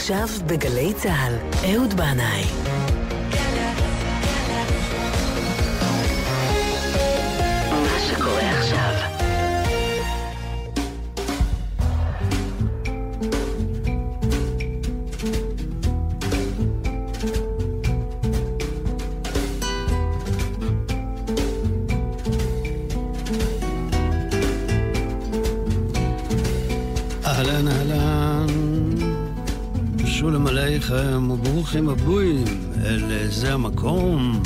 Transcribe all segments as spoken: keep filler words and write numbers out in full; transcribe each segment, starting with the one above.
עכשיו בגלי צהל, אהוד בנאי. מה שקורה עכשיו. אהלן אהלן, שולם עליכם וברוכים הבאים אל זה המקום.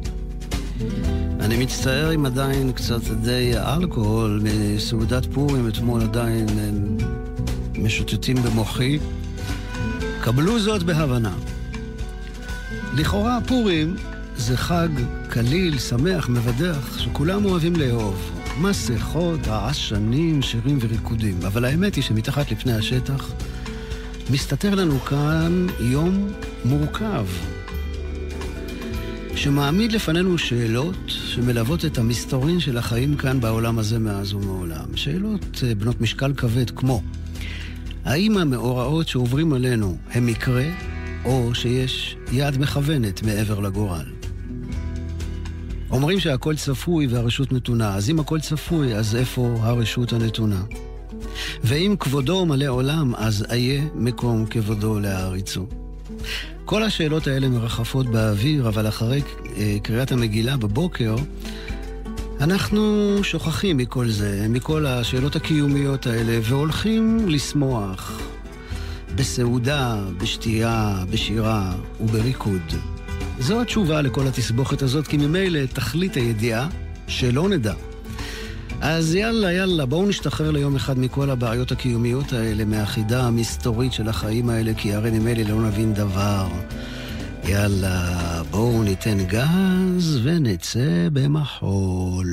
אני מצטער אם עדיין קצת די אלכוהול מסעודת פורים אתמול עדיין משוטטים במוחי. קבלו זאת בהבנה. לכאורה פורים זה חג קליל, שמח, מבדח, שכולם אוהבים לאהוב. מסכות, העשנים, שירים וריקודים. אבל האמת היא שמתחת לפני השטח מסתתר לנו כאן יום מורכב, שמעמיד לפנינו שאלות שמלוות את המסתורין של החיים כאן בעולם הזה מאז ומעולם. שאלות בנות משקל כבד כמו, האם המאורעות שעוברים עלינו הם מקרה, או שיש יד מכוונת מעבר לגורל? אומרים שהכל צפוי והרשות נתונה, אז אם הכל צפוי, אז איפה הרשות הנתונה? ואם כבודו מלא עולם, אז איה מקום כבודו להעריצו. כל השאלות האלה מרחפות באוויר, אבל אחרי קריאת המגילה בבוקר, אנחנו שוכחים מכל זה, מכל השאלות הקיומיות האלה, והולכים לשמוח בסעודה, בשתייה, בשירה ובריקוד. זו התשובה לכל התסבוכת הזאת, כי ממילא תכלית הידיעה שלא נדע. אז יאללה, יאללה, בואו נשתחרר ליום אחד מכל הבעיות הקיומיות האלה, מהחידה המסתורית של החיים האלה, כי הרי ממילא לא נבין דבר. יאללה, בואו ניתן גז ונצא במחול.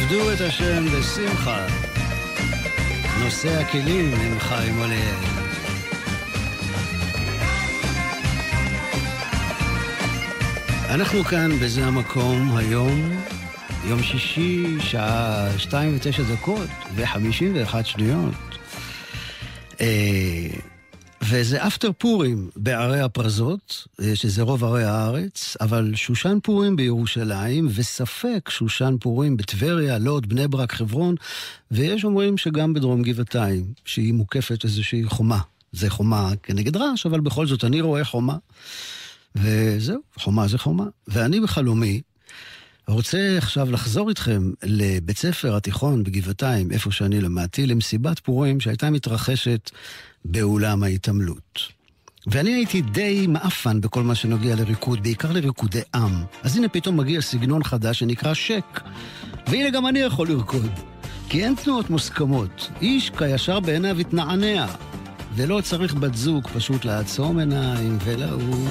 עבדו את השם בשמחה. נושא הכלים עם חיים אוליאל. אנחנו כאן בזה המקום היום, יום שישי, שעה שתיים ותשע דקות וחמישים ואחת שניות. וזה אפטר פורים בערי הפרזות, שזה רוב ערי הארץ, אבל שושן פורים בירושלים, וספק שושן פורים בטבריה, לוד, בני ברק, חברון, ויש אומרים שגם בדרום גבעתיים, שהיא מוקפת איזושהי חומה. זה חומה כנגד רעש, אבל בכל זאת אני רואה חומה. וזהו, חומה זה חומה. ואני בחלומי רוצה עכשיו לחזור איתכם לבית ספר התיכון בגבעתיים, איפה שאני למדתי, למסיבת פורים שהייתה מתרחשת באולם ההתעמלות. ואני הייתי די מאפן בכל מה שנוגע לריקוד, בעיקר לריקודי עם. אז הנה פתאום מגיע סגנון חדש שנקרא שק. והנה גם אני יכול לרקוד. כי אין תנועות מוסכמות. איש כישר בעיניו התנענע. ולא צריך בת זוג פשוט לעצום עיניים ולעוף.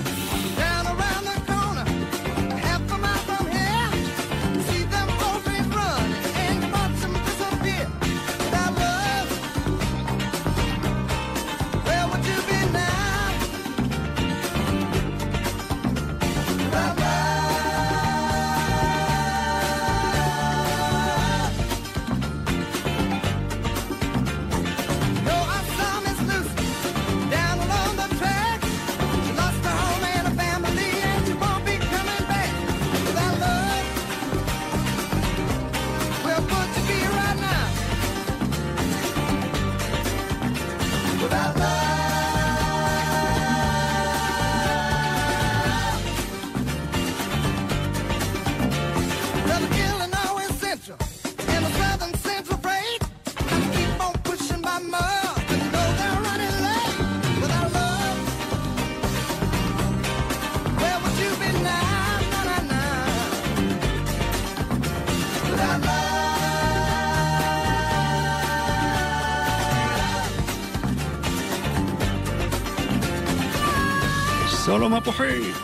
סולו מפוחית.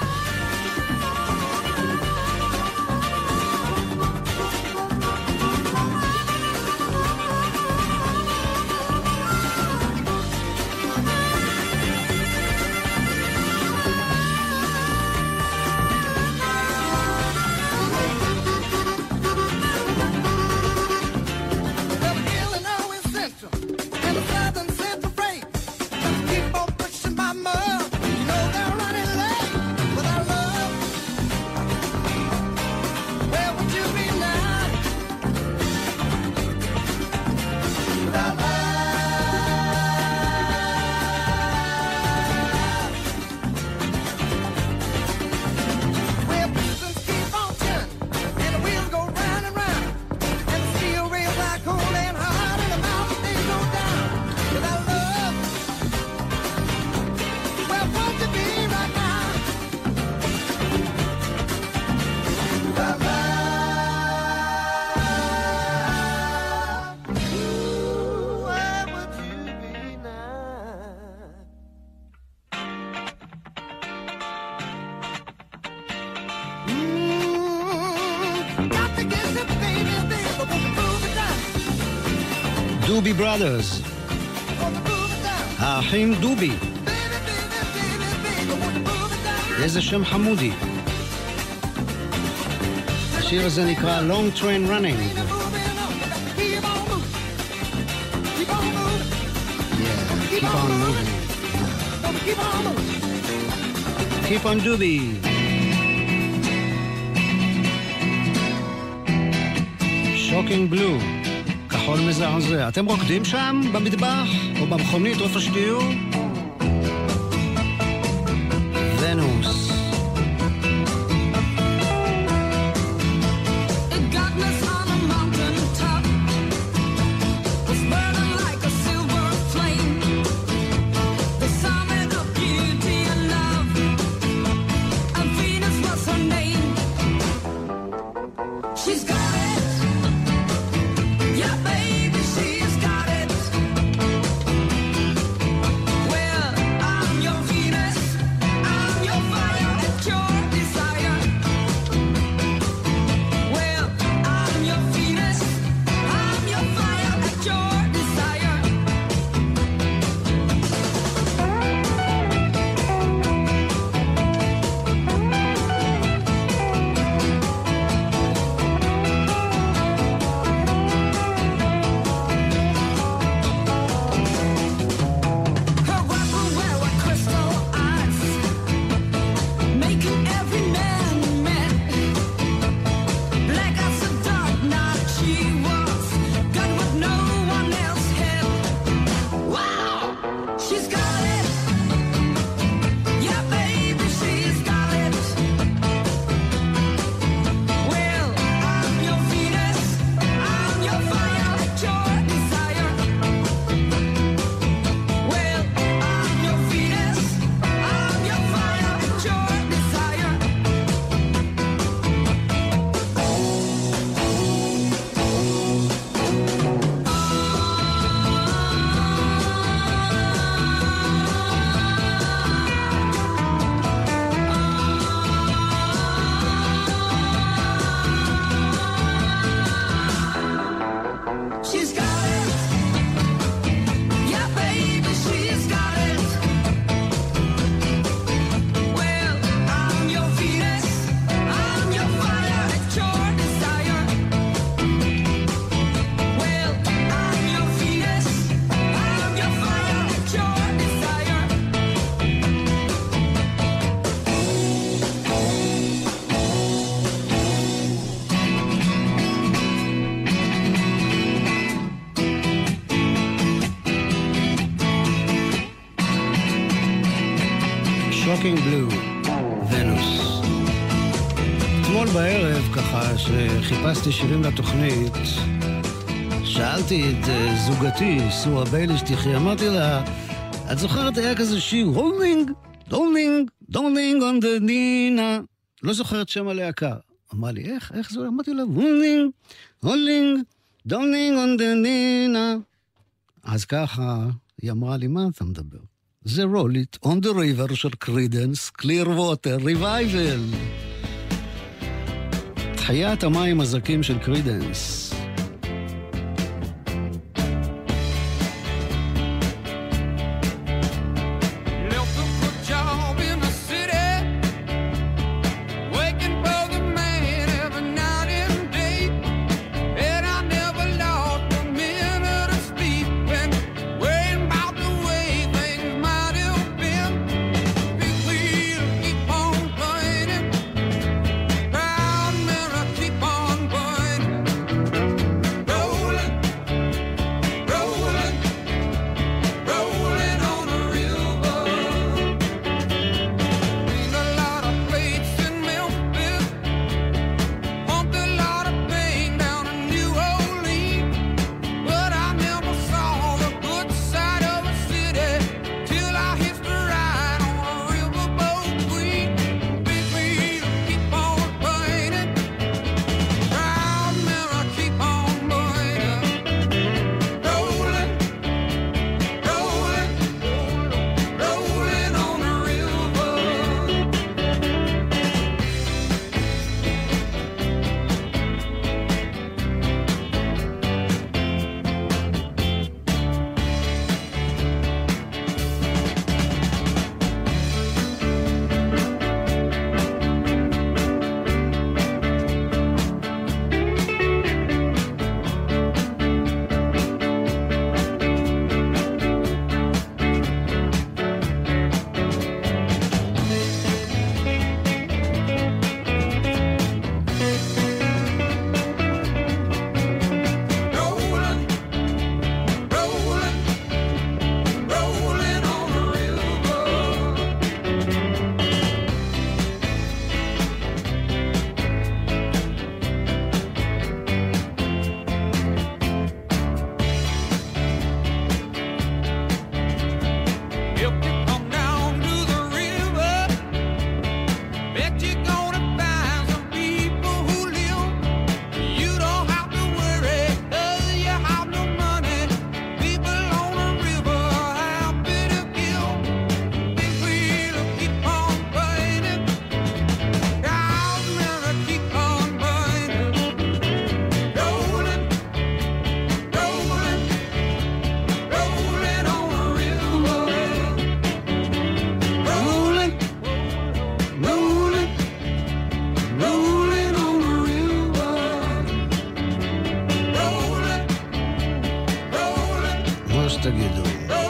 דובי בראדרס, האחים דובי. איזה שם חמודי. השיר הזה נקרא Long Train Running. Yeah, keep on moving. Keep on Doobie. Shocking Blue. כחול מזעזע. אתם רוקדים שם במטבח או במכונית או איפה שתהיו? ונוס. Well, I'm your Venus, I'm your fire. Shocking Blue, ונוס. אתמול בערב, ככה, שחיפשתי שירים לתוכנית, שאלתי את uh, זוגתי, סורה ביילי שתחי, אמרתי לה, את זוכרת היה כזה שיר, רולינג, רולינג, רולינג on the נינה, לא זוכרת שם הלהקה. אמרה לי, איך, איך זה? אמרתי לה, רולינג, רולינג, רולינג on the נינה. אז ככה, היא אמרה לי, מה אתה מדבר? זה Roll It on the River של קרידנס, Clearwater Revival. תחיית המים הזקים של קרידנס. תגידו,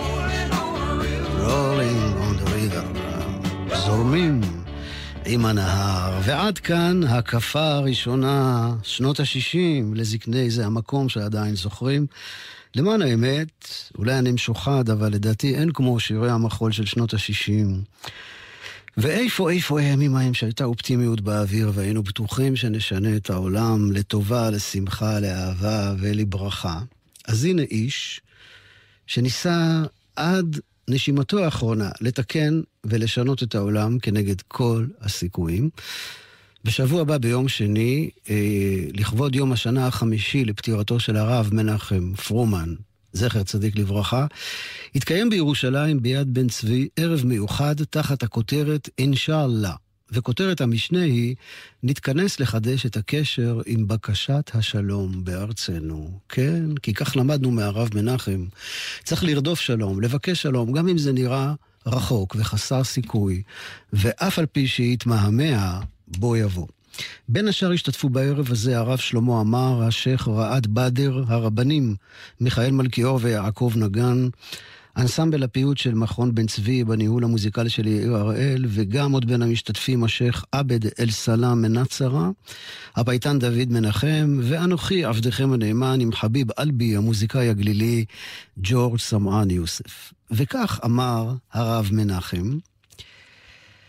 Rolling on the River, זורמים עם הנהר. ועד כאן הקפה הראשונה, שנות ה-שישים, לזקני זה המקום שעדיין זוכרים. למען האמת, אולי אני משוחד, אבל לדעתי אין כמו שירי המחול של שנות ה-שישים. ואיפה, איפה הימים ההם שהייתה אופטימיות באוויר, והיינו בטוחים שנשנה את העולם לטובה, לשמחה, לאהבה ולברכה. אז הנה איש שניסה עד נשימתו האחרונה לתקן ולשנות את העולם כנגד כל הסיכויים. בשבוע הבא ביום שני, אה, לכבוד יום השנה החמישי לפטירתו של הרב מנחם פרומן, זכר צדיק לברכה, התקיים בירושלים ביד בן צבי ערב מיוחד תחת הכותרת אינשאללה. וכותרת המשנה היא, נתכנס לחדש את הקשר עם בקשת השלום בארצנו. כן, כי כך למדנו מהרב מנחם. צריך לרדוף שלום, לבקש שלום, גם אם זה נראה רחוק וחסר סיכוי, ואף על פי שהתמהמה, בוא יבוא. בין השאר השתתפו בערב הזה הרב שלמה אמר, השייך רעד בדר, הרבנים מיכאל מלכיאור ויעקב נגן, אנסמבל הפיוט של מכון בן צבי בניהול המוזיקלי של יאיר הראל, וגם עוד בין המשתתפים השייך עבד אל סלאם מנצרה, הפייטן דוד מנחם, ואנוכי עבדכם הנאמן עם חביב אלבי המוזיקאי הגלילי ג'ורג' סמען יוסף. וכך אמר הרב מנחם,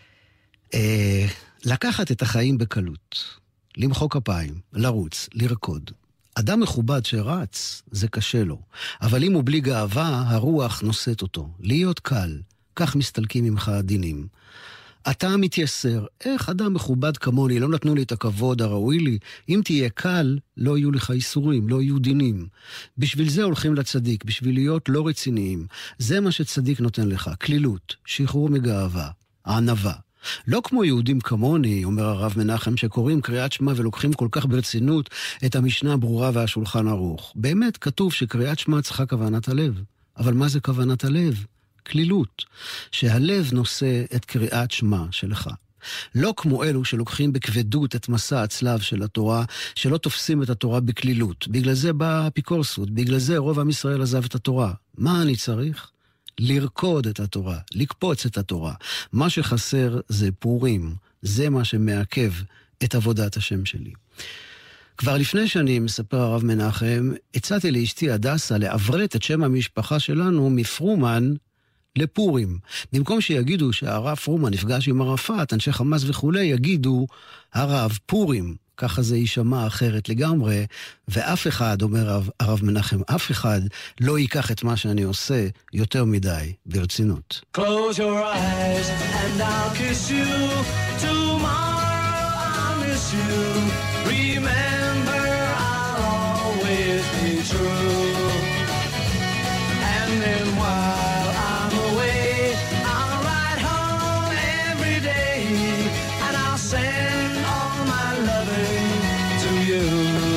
אה, לקחת את החיים בקלות, למחוא כפיים, לרוץ, לרקוד. אדם מכובד שרץ, זה קשה לו. אבל אם הוא בלי גאווה, הרוח נושאת אותו. להיות קל, כך מסתלקים ממך הדינים. אתה מתייסר, איך אדם מכובד כמוני, לא נתנו לי את הכבוד הראוי לי, אם תהיה קל, לא יהיו לך איסורים, לא יהיו דינים. בשביל זה הולכים לצדיק, בשביל להיות לא רציניים. זה מה שצדיק נותן לך, כלילות, שחרור מגאווה, הענווה. לא כמו יהודים כמוני, אומר הרב מנחם, שקוראים קריאת שמע ולוקחים כל כך ברצינות את המשנה הברורה והשולחן ערוך. באמת כתוב שקריאת שמע צריכה כוונת הלב. אבל מה זה כוונת הלב? כלילות. שהלב נושא את קריאת שמע שלך. לא כמו אלו שלוקחים בכבדות את מסע הצלב של התורה, שלא תופסים את התורה בכלילות. בגלל זה באה אפיקורסות, בגלל זה רוב עם ישראל עזב את התורה. מה אני צריך? לרקוד את התורה, לקפוץ את התורה. מה שחסר זה פורים, זה מה שמעכב את עבודת השם שלי. כבר לפני שנים, מספר הרב מנחם, הצעתי לאשתי הדסה לעברת את שם המשפחה שלנו מפרומן לפורים. במקום שיגידו שהרב פרומן נפגש עם ערפאת, אנשי חמאס וכו', יגידו הרב פורים. ככה זה יישמע אחרת לגמרי, ואף אחד, אומר הרב, הרב מנחם, אף אחד לא ייקח את מה שאני עושה יותר מדי ברצינות. Close your eyes and I'll kiss you. Tomorrow I'll miss you. Remember I'll always be true. And then while I'm away, I'll ride home every day. And I'll send all my loving to you.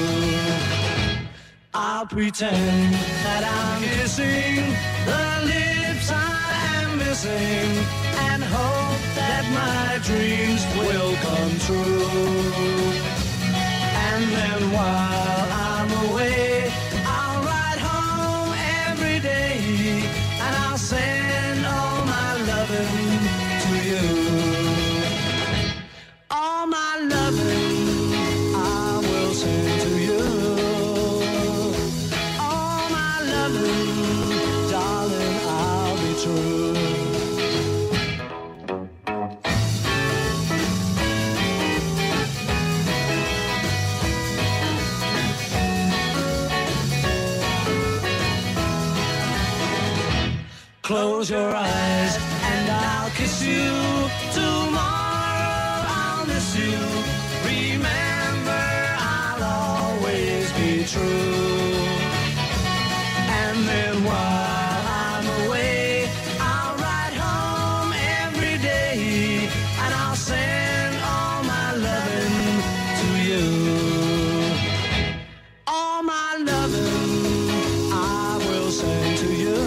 I'll pretend that I'm kissing the lips I am missing and hope that my dreams will come true. And then while I'm away, I'll ride home every day and I'll send all my loving to you. All my loving I will send to you. All my loving, darling, I'll be true. Close your eyes and I'll kiss you. Tomorrow I'll miss you. Remember I'll always be true. And then while I'm away, I'll ride home every day and I'll send all my loving to you. All my loving I will send to you.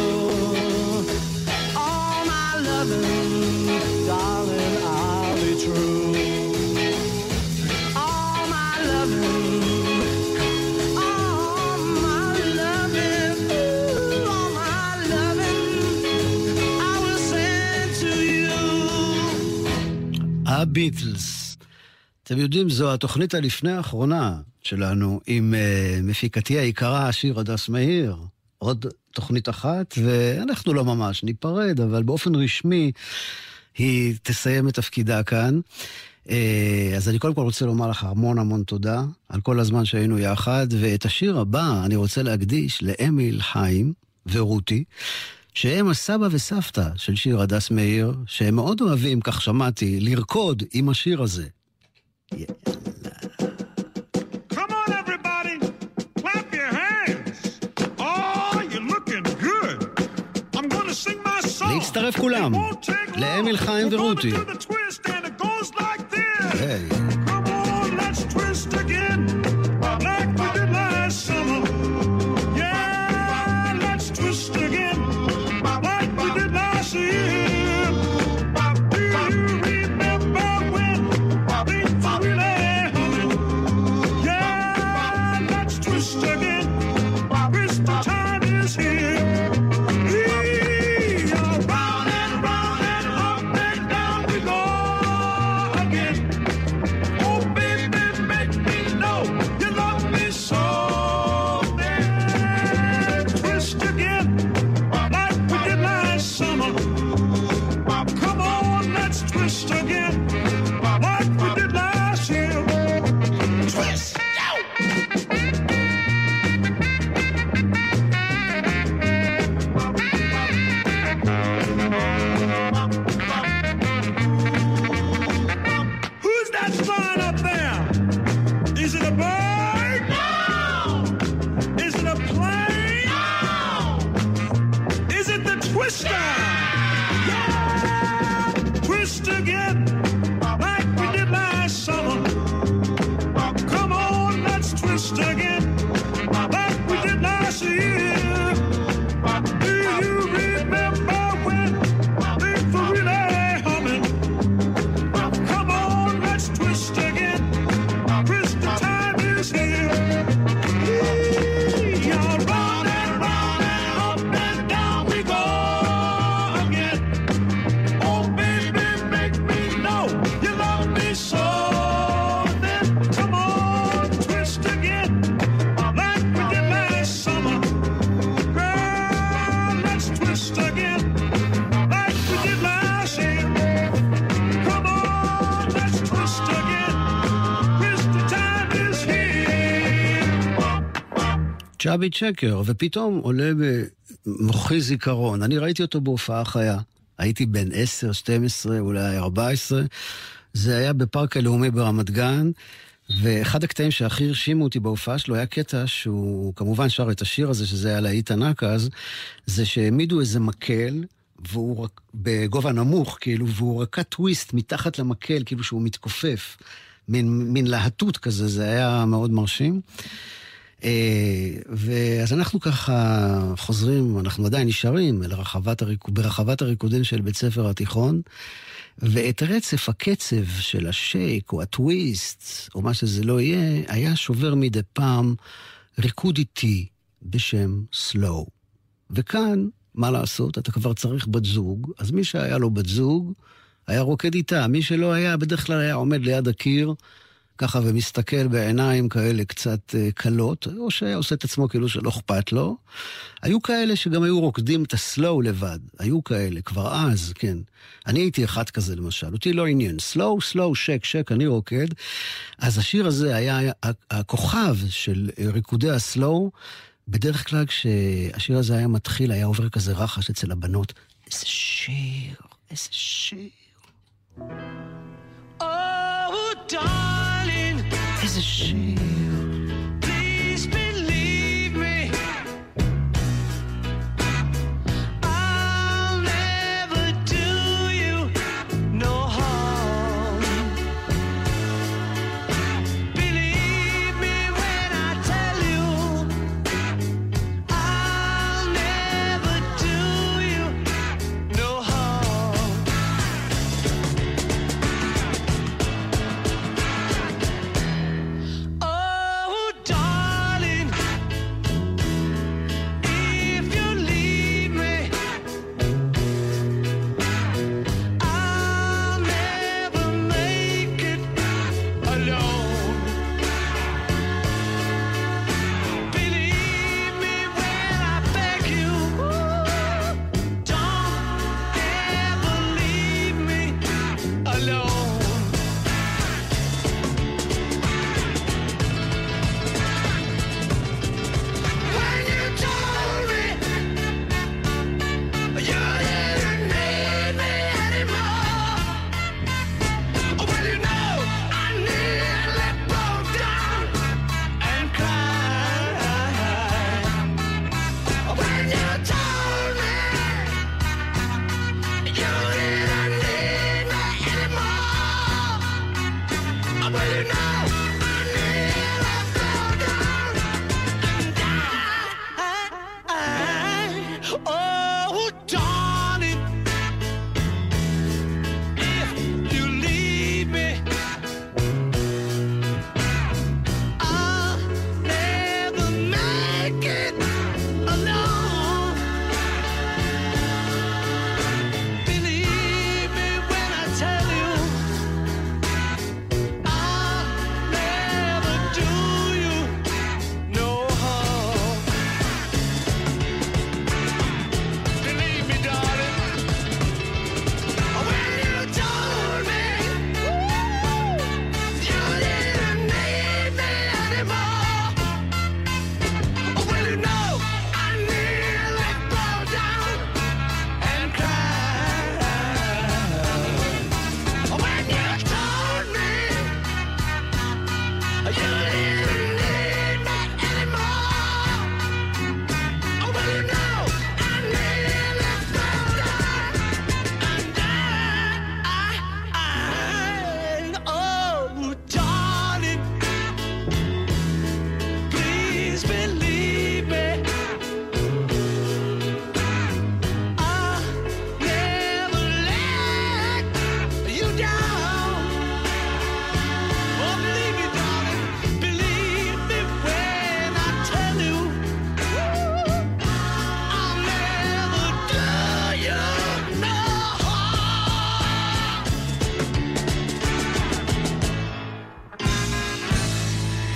Darling, I'll be true. All my loving, all my loving, all my loving, I will send to you. הביטלס. אתם יודעים, זו התוכנית הלפני האחרונה שלנו עם uh, מפיקתי היקרה, שיר הדס מאיר. עוד תוכנית אחת, ואנחנו לא ממש ניפרד, אבל באופן רשמי היא תסיים את תפקידה כאן. אז אני קודם כל רוצה לומר לך המון המון תודה על כל הזמן שהיינו יחד, ואת השיר הבא אני רוצה להקדיש לאמיל, חיים ורותי, שהם הסבא וסבתא של שיר הדס מאיר, שהם מאוד אוהבים, כך שמעתי, לרקוד עם השיר הזה. יאללה. להצטרף כולם, לאמיל, חיים ורותי. היי. Twister! Yeah! Twist again, like we did last summer. Come on, let's twist again, like we did last year. Do you remember when things were really humming? Come on, let's twist again. Twist, the time is here. You're round and round and up and down we go again. Oh, baby, make me know you love me so. Then come on, twist again, like we did last summer. Girl, let's twist again, like we did last year. Come on, let's twist again. Twist, the time is here. צ'אבי צ'קר, ופתאום עולה במוחי זיכרון. אני ראיתי אותו בהופעה חיה. הייתי בן עשר, שתים עשרה, אולי ארבע עשרה. זה היה בפארק הלאומי ברמת גן, ואחד הקטעים שהכי הרשימו אותי בהופעה שלו היה קטע שהוא כמובן שר את השיר הזה, שזה היה להיט ענק אז, זה שהעמידו איזה מקל, והוא רק, בגובה נמוך, כאילו, והוא רקע טוויסט מתחת למקל, כאילו שהוא מתכופף, מין, מין להטות כזה, זה היה מאוד מרשים. ואז אנחנו ככה חוזרים, אנחנו עדיין נשארים לרחבת הריקוד, ברחבת הריקודים של בית ספר התיכון, ואת רצף הקצב של השייק או הטוויסט, או מה שזה לא יהיה, היה שובר מדי פעם ריקוד איטי בשם סלואו. וכאן, מה לעשות? אתה כבר צריך בת זוג, אז מי שהיה לו בת זוג, היה רוקד איתה. מי שלא היה, בדרך כלל היה עומד ליד הקיר, ככה ומסתכל בעיניים כאלה קצת קלות, או שהיה עושה את עצמו כאילו שלא אכפת לו. היו כאלה שגם היו רוקדים את הסלואו לבד. היו כאלה, כבר אז, כן. אני הייתי אחד כזה למשל, אותי לא עניין. סלואו, סלואו, שק, שק, אני רוקד. אז השיר הזה היה הכוכב של ריקודי הסלואו. בדרך כלל כשהשיר הזה היה מתחיל, היה עובר כזה רחש אצל הבנות. איזה שיר, איזה שיר. Oh, darling, איזה שיר. please believe me. I'll never do you no harm. Believe me when I tell you, I'll never do you no harm. Oh,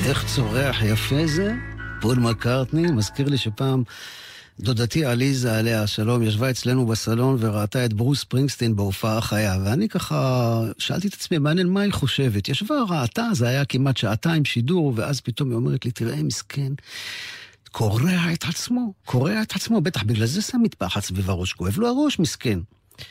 איך צורח יפה זה? פול מקרטני, מזכיר לי שפעם דודתי עליזה עליה השלום ישבה אצלנו בסלון וראתה את ברוס ספרינגסטין בהופעה חיה, ואני ככה שאלתי את עצמי, מעניין מה היא חושבת. ישבה, ראתה, זה היה כמעט שעתיים שידור, ואז פתאום היא אומרת לי, תראה מסכן, קורע את עצמו, קורע את עצמו, בטח בגלל זה שם מטפחת סביב הראש, כואב לו הראש, מסכן.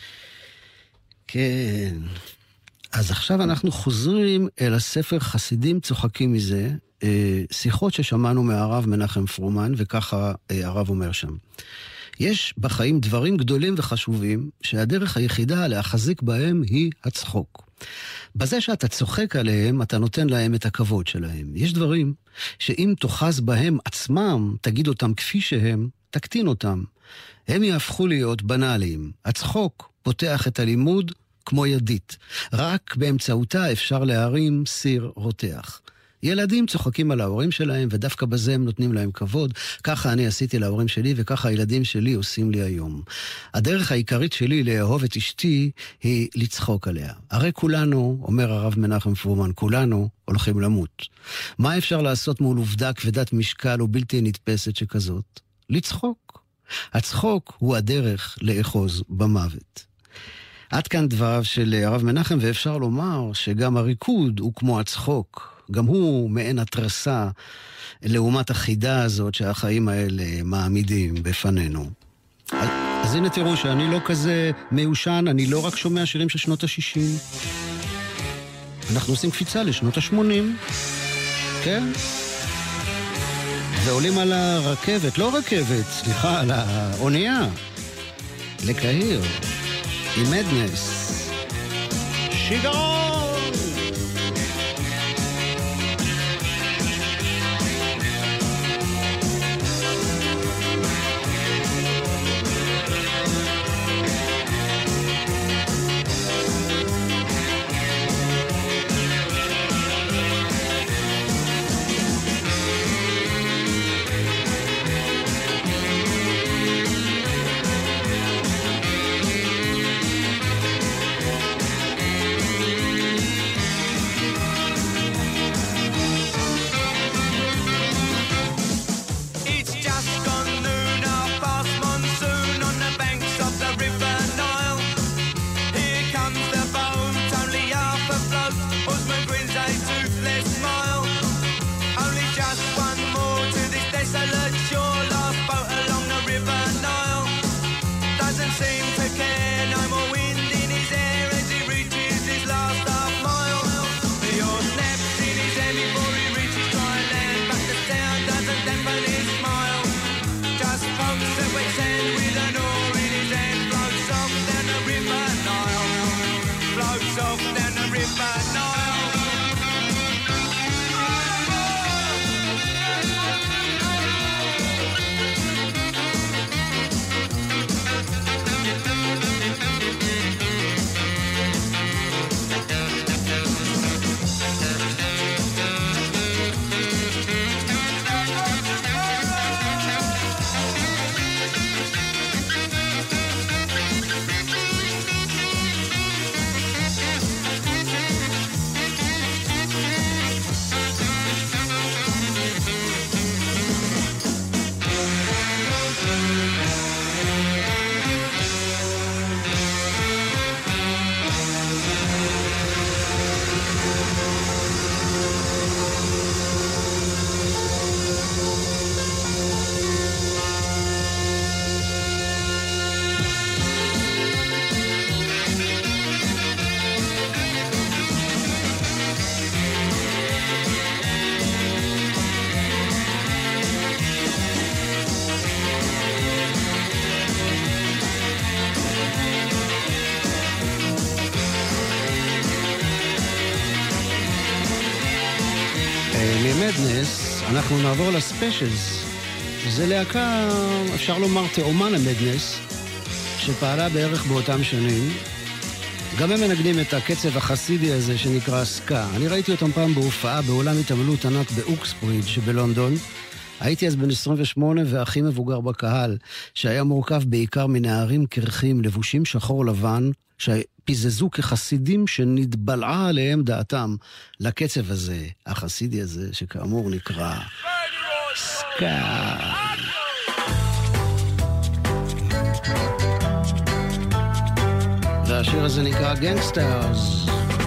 כן. אז עכשיו אנחנו חוזרים אל הספר חסידים צוחקים מזה, שיחות ששמענו מהרב מנחם פרומן, וככה הרב אומר שם. יש בחיים דברים גדולים וחשובים, שהדרך היחידה להחזיק בהם היא הצחוק. בזה שאתה צוחק עליהם, אתה נותן להם את הכבוד שלהם. יש דברים שאם תוחז בהם עצמם, תגיד אותם כפי שהם, תקטין אותם. הם יהפכו להיות בנאליים. הצחוק פותח את הלימוד כמו ידית. רק באמצעותה אפשר להרים סיר רותח. ילדים צוחקים על ההורים שלהם, ודווקא בזה הם נותנים להם כבוד. ככה אני עשיתי להורים שלי, וככה הילדים שלי עושים לי היום. הדרך העיקרית שלי לאהוב את אשתי, היא לצחוק עליה. הרי כולנו, אומר הרב מנחם פרומן, כולנו הולכים למות. מה אפשר לעשות מול עובדה כבדת משקל ובלתי נתפסת שכזאת? לצחוק. הצחוק הוא הדרך לאחוז במוות. עד כאן דבריו של הרב מנחם, ואפשר לומר שגם הריקוד הוא כמו הצחוק. גם הוא מעין התרסה לעומת החידה הזאת שהחיים האלה מעמידים בפנינו. אז, אז הנה תראו שאני לא כזה מיושן, אני לא רק שומע שירים של שנות ה-שישים. אנחנו עושים קפיצה לשנות ה-שמונים. כן? ועולים על הרכבת, לא רכבת, סליחה, על האונייה. לקהיר. עם מדנס. שיגרון! מדנס, אנחנו נעבור לספיישלס. זה להקה, אפשר לומר, תאומן המדנס, שפעלה בערך באותם שנים. גם הם מנגנים את הקצב החסידי הזה שנקרא סקה. אני ראיתי אותם פעם בהופעה בעולם התעמלות ענק באוקסברידג' שבלונדון, הייתי אז בן עשרים ושמונה והכי מבוגר בקהל, שהיה מורכב בעיקר מנערים קרחים לבושים שחור לבן, שפיזזו כחסידים שנתבלעה עליהם דעתם לקצב הזה, החסידי הזה, שכאמור נקרא סקאי. והשיר הזה נקרא גנגסטרס.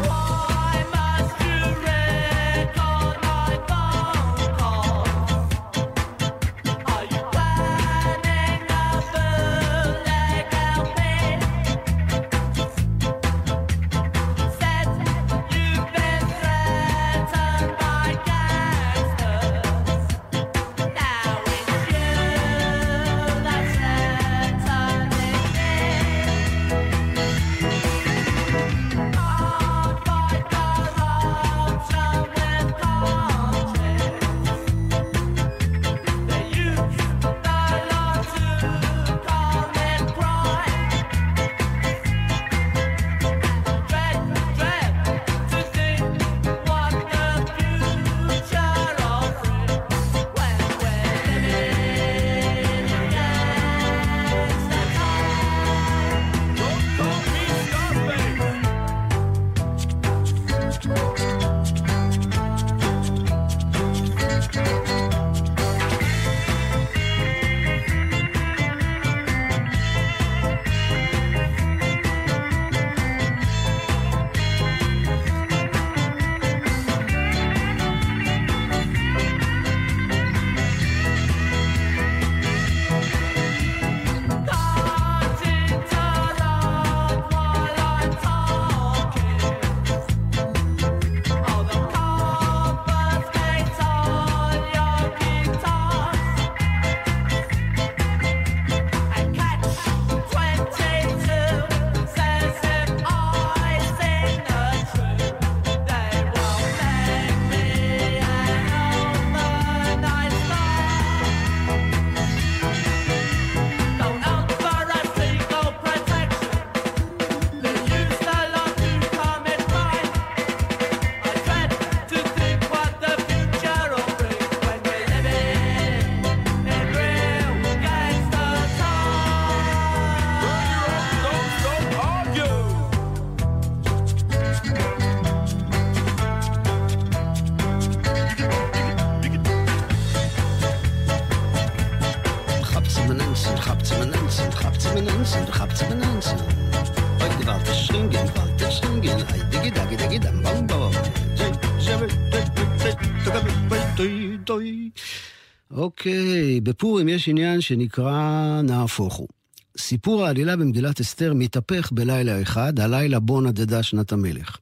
אוקיי, בפורים יש עניין שנקרא נהפוך הוא. סיפור העלילה במגילת אסתר מתהפך בלילה אחד, הלילה בו נדדה שנת המלך.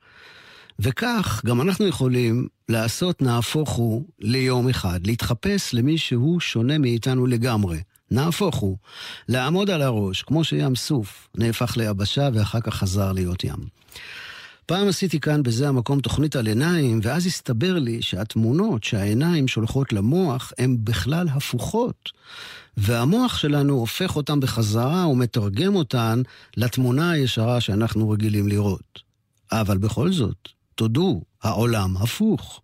וכך גם אנחנו יכולים לעשות נהפוך הוא ליום אחד, להתחפש למי שהוא שונה מאיתנו לגמרי. נהפוך הוא, לעמוד על הראש, כמו שים סוף, נהפך ליבשה ואחר כך חזר להיות ים. פעם עשיתי כאן בזה המקום תוכנית על עיניים, ואז הסתבר לי שהתמונות שהעיניים שולחות למוח הן בכלל הפוכות. והמוח שלנו הופך אותן בחזרה ומתרגם אותן לתמונה הישרה שאנחנו רגילים לראות. אבל בכל זאת, תודו, העולם הפוך.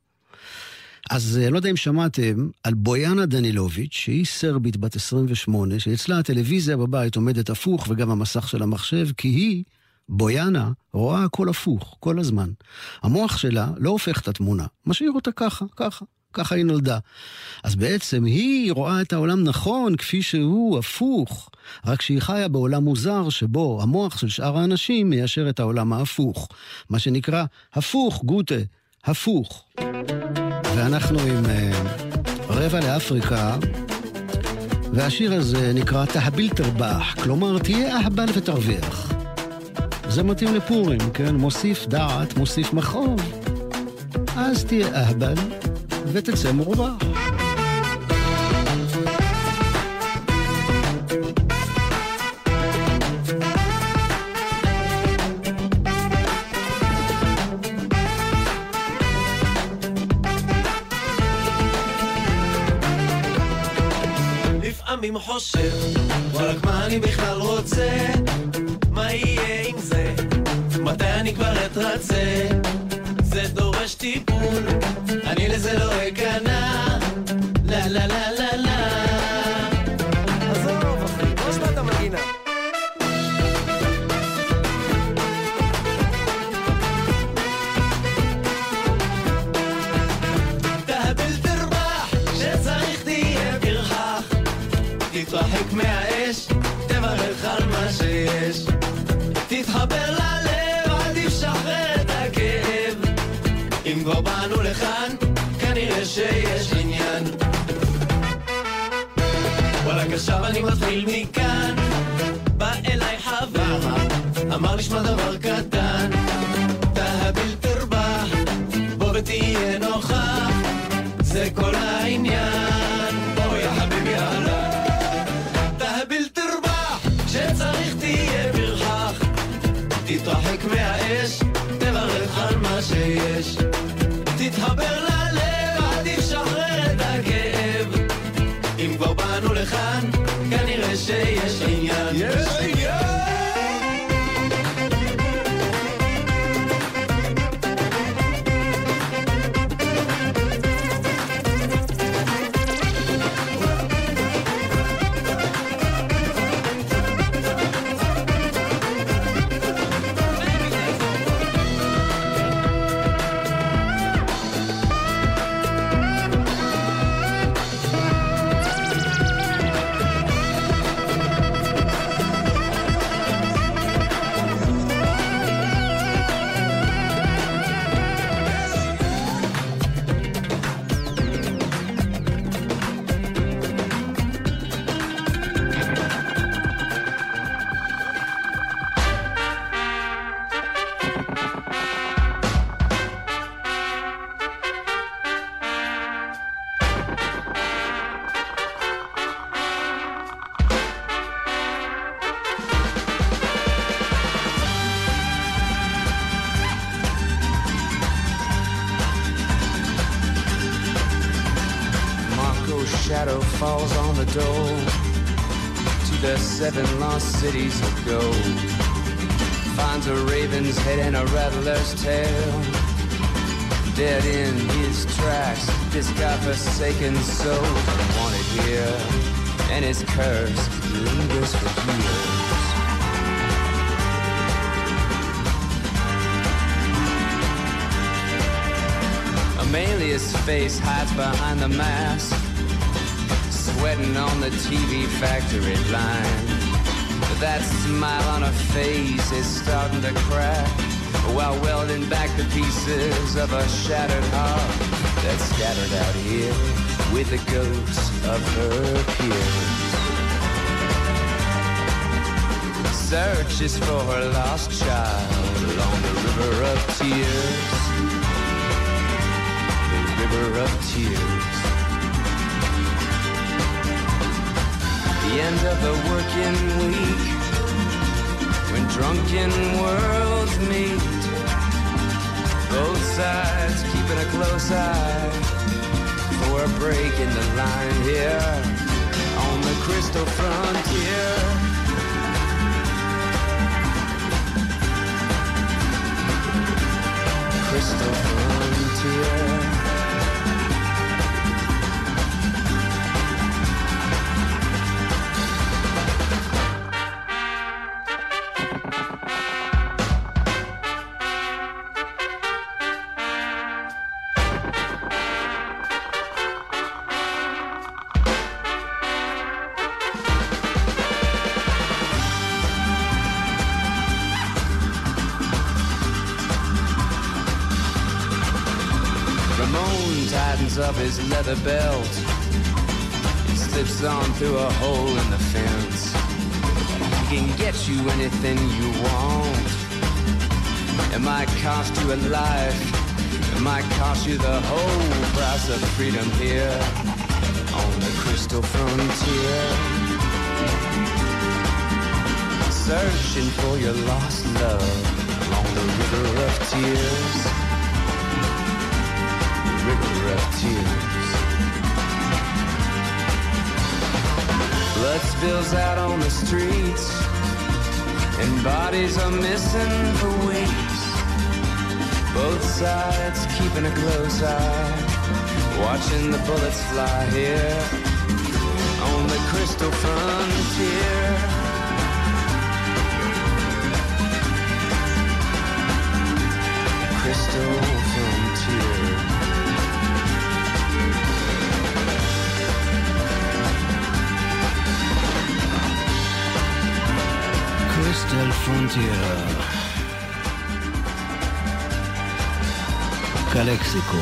אז לא יודע אם שמעתם על בויאנה דנילוביץ', שהיא סרבית בת עשרים ושמונה, שאצלה הטלוויזיה בבית עומדת הפוך וגם המסך של המחשב, כי היא, בויאנה, רואה הכל הפוך, כל הזמן. המוח שלה לא הופך את התמונה, משאיר אותה ככה, ככה, ככה היא נולדה. אז בעצם היא רואה את העולם נכון, כפי שהוא, הפוך, רק שהיא חיה בעולם מוזר שבו המוח של שאר האנשים מיישר את העולם ההפוך. מה שנקרא, הפוך, גוטה, הפוך. ואנחנו עם uh, רבע לאפריקה, והשיר הזה נקרא תהביל תרבח, כלומר תהיה אהבל ותרוויח. זה מתאים לפורים, כן? מוסיף דעת, מוסיף מחוב. אז תהיה אהבל ותצא מרווח. לפעמים חושב, רק מה אני בכלל רוצה, מה יהיה עם זה, מתי אני כבר אתרצה, זה דורש טיפול, אני לזה לא אכנע, לה לה לה לה לה. עזוב אחי, לא שמת המגינה. תתרחק מהאש, תברך על מה שיש. תתחבר ללב, אל תשחרר את הכאב. אם כבר באנו לכאן, כנראה שיש עניין. וואלק עכשיו אני מתחיל מכאן. בא אליי חבר, אמר נשמע דבר קטן. תהביל תרבח, בוא ותהיה נוכח, זה כל העניין. בוא יא חביבי הלאה, שצריך תהיה פרחח. תתרחק מהאש, תברך על מה שיש. תתחבר ללב, אל תשחרר את הכאב. אם כבר באנו לכאן, כנראה שיש עניין. יש עניין. Shadow falls on the door to the seven lost cities of gold. Finds a raven's head and a rattler's tail, dead in his tracks, this godforsaken soul. Wanted here, and his curse lingers for years. Amelia's face hides behind the mask, sweating on the T V factory line. That smile on her face is starting to crack, while welding back the pieces of a shattered heart that's scattered out here with the ghosts of her peers. Searches for her lost child along the river of tears, the river of tears. The end of the working week, when drunken worlds meet, both sides keeping a close eye for a break in the line here on the crystal frontier. Crystal frontier. Up his leather belt, he slips on through a hole in the fence. He can get you anything you want. It might cost you a life, it might cost you the whole price of freedom here on the crystal frontier. Searching for your lost love along the river of tears, river of tears. Blood spills out on the streets, and bodies are missing for weeks. Both sides keeping a close eye watching the bullets fly here on the crystal frontier. Crystal frontier. Crystal frontier. קלקסיקו.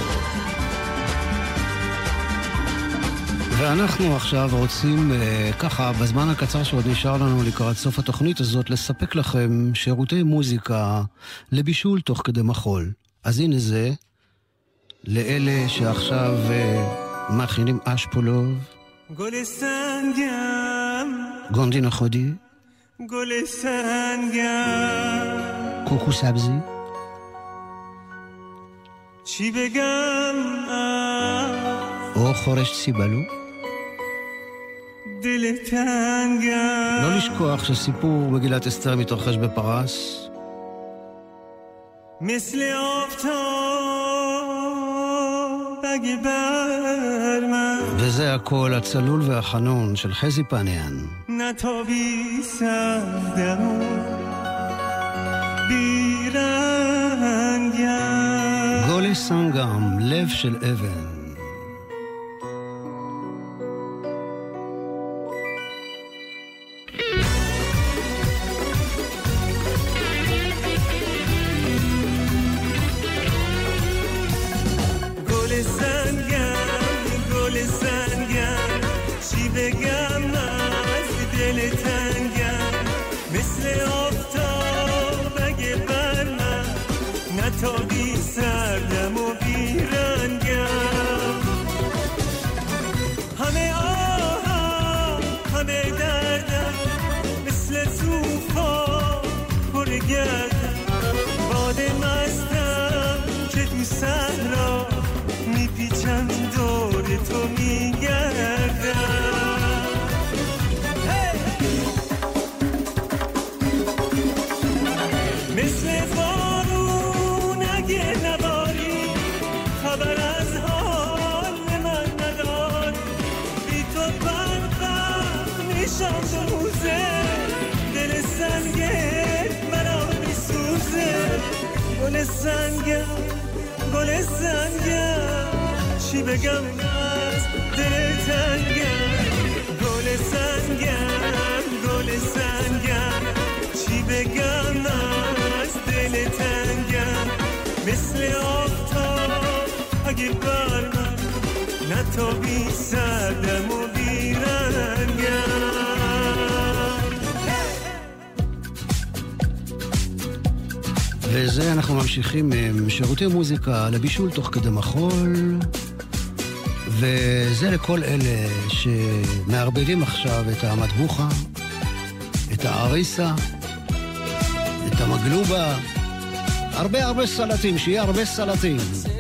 ואנחנו עכשיו רוצים, ככה, בזמן הקצר שעוד נשאר לנו לקראת סוף התוכנית הזאת, לספק לכם שירותי מוזיקה לבישול תוך כדי מחול. אז הנה זה, לאלה שעכשיו מכינים אשפולוב, גול סנגם, גונדין החודי, גול סנגם, קוקו סבזי, چی بگم או חורש ציבלו. دل تنگم לא לשכוח שסיפור מגילת אסתר מתרחש בפרס. مثل آفتاب اگه بر من וזה הכל הצלול והחנון של חזי פניאן. نتابی سردم و بیرنگم גולי סנגם, לב של אבן. تابی سردم و بیرنگم همه آهم همه دردم مثل توفان پر گردم باد مستم که تو صحرا میپیچم دور تو میگردم مثل خبر از حال من نداری بی تو برقم میشم دو روزه دل سنگه مرا میسوزه گل سنگم گل سنگم چی بگم از دل تنگم گل سنگم گل سنگم چی بگم از دل تنگم مثل آفتاب اگه بر من نتابی سردم و بیرنگم וזה אנחנו ממשיכים עם שירותי מוזיקה לבישול תוך כדי מחול, וזה לכל אלה שמערבבים עכשיו את המטבוחה, את האריסה, את המגלובה, הרבה הרבה סלטים, שיהיה הרבה סלטים.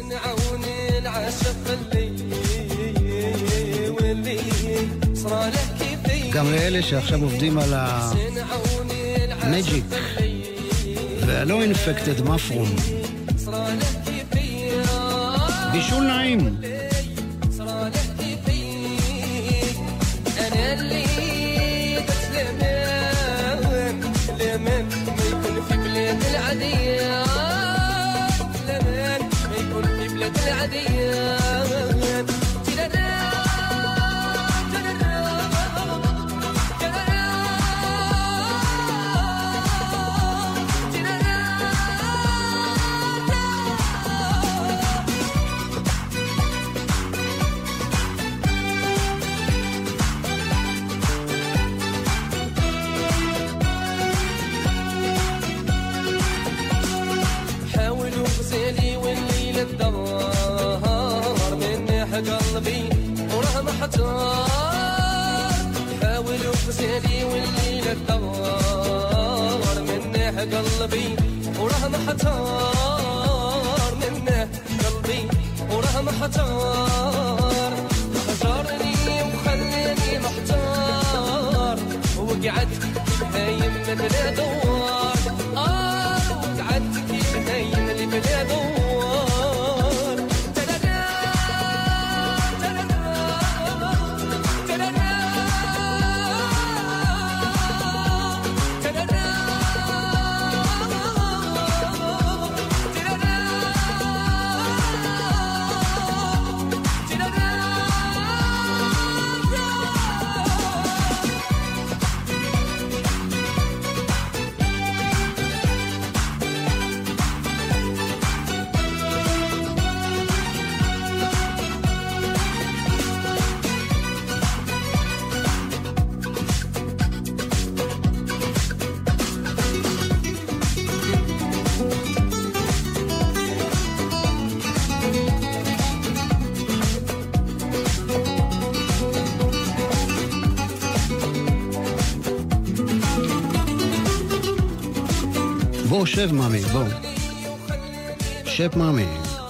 גם לאלה שעכשיו עובדים על המג'יק והלא אינפקטד מפרום, בישול נעים. قلبي وراه محتار حاولوا غزالي والليلة تدور منه قلبي وراه محتار منه قلبي وراه محتار خسرني وخلاني محتار وقعدت هايم بلا دوار آه وقعدت كيف هايم بلا دوار בוא, שב מאמי, בוא. שב מאמי.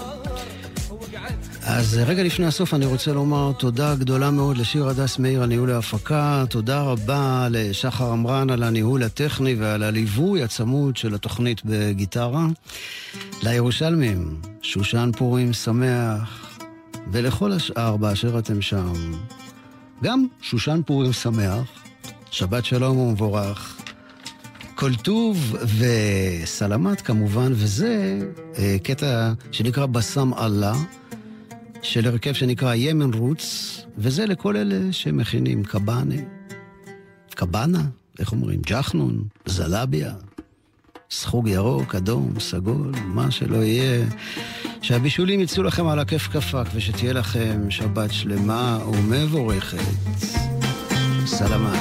אז רגע לפני הסוף אני רוצה לומר תודה גדולה מאוד לשיר הדס מאיר על ניהול ההפקה, תודה רבה לשחר אמרן על הניהול הטכני ועל הליווי הצמוד של התוכנית בגיטרה, לירושלמים, שושן פורים שמח, ולכל השאר באשר אתם שם, גם שושן פורים שמח, שבת שלום ומבורך, כל טוב וסלמת כמובן, וזה אה, קטע שנקרא בסם אללה, של הרכב שנקרא ימן רוץ, וזה לכל אלה שמכינים קבאנה, קבאנה, איך אומרים? ג'חנון, זלביה, סחוג ירוק, אדום, סגול, מה שלא יהיה. שהבישולים יצאו לכם על הכיף כפק, ושתהיה לכם שבת שלמה ומבורכת. סלמת.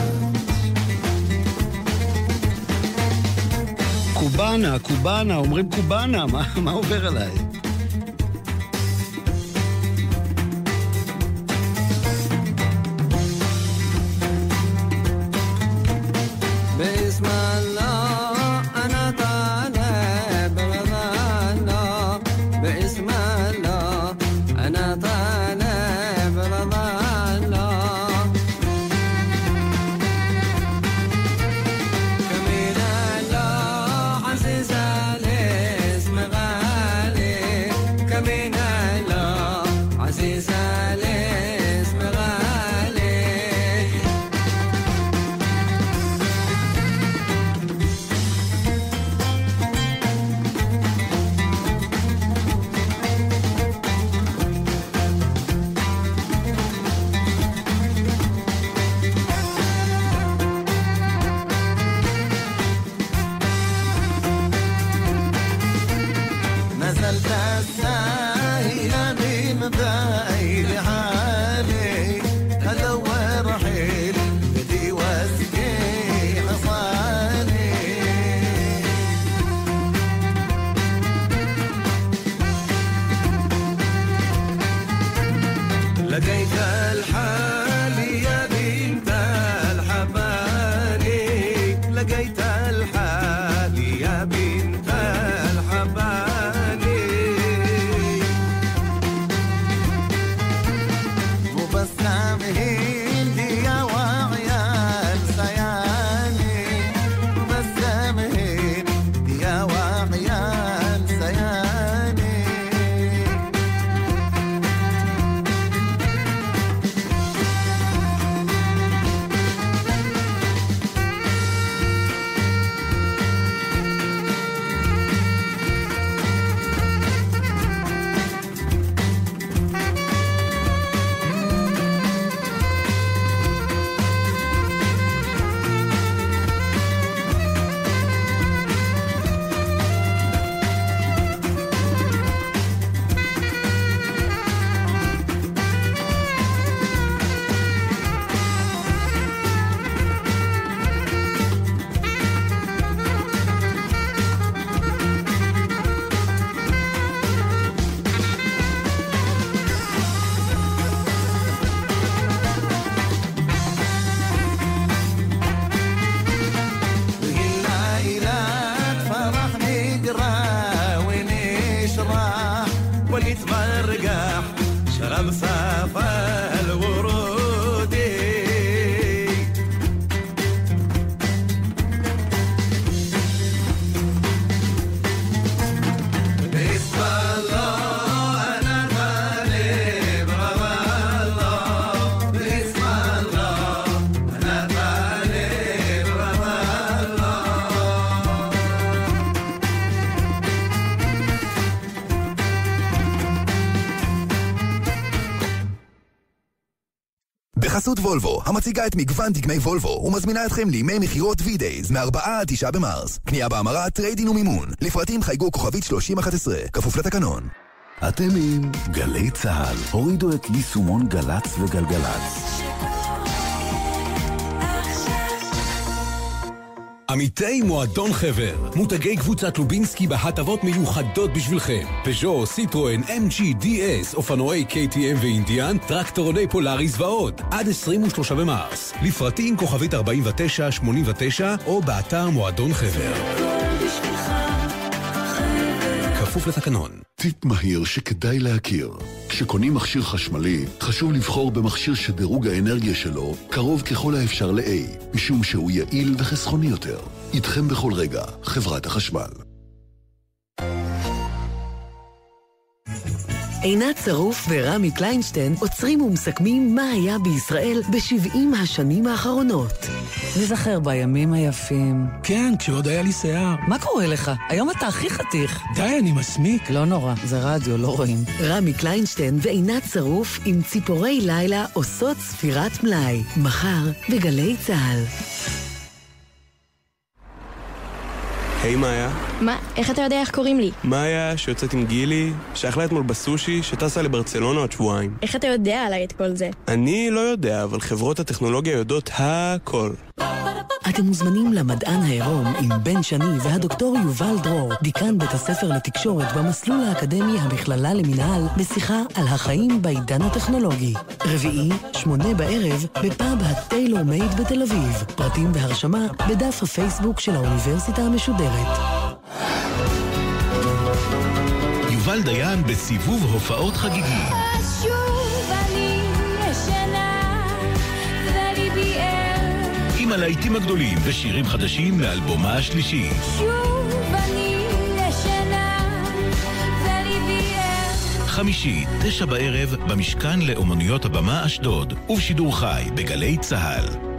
קובאנה, קובאנה, אומרים קובאנה, מה, מה עובר עליי? בחסות וולבו, המציגה את מגוון דגמי וולבו, ומזמינה אתכם לימי מחירות V-Days מ-ארבעה עד תשעה במרס. קנייה בהמרה, טריידין ומימון. לפרטים חייגו כוכבית שלושים אחת עשרה, כפוף לתקנון. אתם עם גלי צהל. הורידו את יישומון גלץ וגלגלץ. עמיתי מועדון חבר, מותגי קבוצת לובינסקי בהטבות מיוחדות בשבילכם. פז'ו, סיטרואן, אם ג'י, די אס, אופנועי קיי טי אם ואינדיאן, טרקטורוני פולאריס ועוד. עד עשרים ושלושה במרס. לפרטים כוכבית ארבעים ותשע שמונים ותשע או באתר מועדון חבר. בשבילך חבר. כפוף לתקנון. טיפ מהיר שכדאי להכיר. כשקונים מכשיר חשמלי, חשוב לבחור במכשיר שדירוג האנרגיה שלו קרוב ככל האפשר ל-A, משום שהוא יעיל וחסכוני יותר. איתכם בכל רגע, חברת החשמל. עינת שרוף ורמי קליינשטיין עוצרים ומסכמים מה היה בישראל ב-שבעים השנים האחרונות. נזכר בימים היפים. כן, כשעוד היה לי שיער. מה קורה לך? היום אתה הכי חתיך. די, אני מסמיק. לא נורא, זה רדיו, לא רואים. רמי קליינשטיין ועינת שרוף עם ציפורי לילה עושות ספירת מלאי. מחר בגלי צהל. היי מאיה. מה? איך אתה יודע איך קוראים לי? מאיה, שיוצאת עם גילי, שאכלה אתמול בסושי, שטסה לברצלונה עוד שבועיים. איך אתה יודע עליי את כל זה? אני לא יודע, אבל חברות הטכנולוגיה יודעות הכל. אתם מוזמנים למדען העירום עם בן שני והדוקטור יובל דרור, דיקן בית הספר לתקשורת במסלול האקדמי המכללה למנהל, בשיחה על החיים בעידן הטכנולוגי. רביעי, שמונה בערב, בפאב הטיילור מייד בתל אביב. פרטים והרשמה בדף הפייסבוק של האוניברסיטה המשודרת. יובל דיין בסיבוב הופעות חגיגי. שוב אני ישנה וליבי ער, עם הלהיטים הגדולים ושירים חדשים מאלבומה השלישי. שוב אני ישנה וליבי ער. חמישי, תשע בערב, במשכן לאומנויות הבמה אשדוד, ובשידור חי בגלי צהל.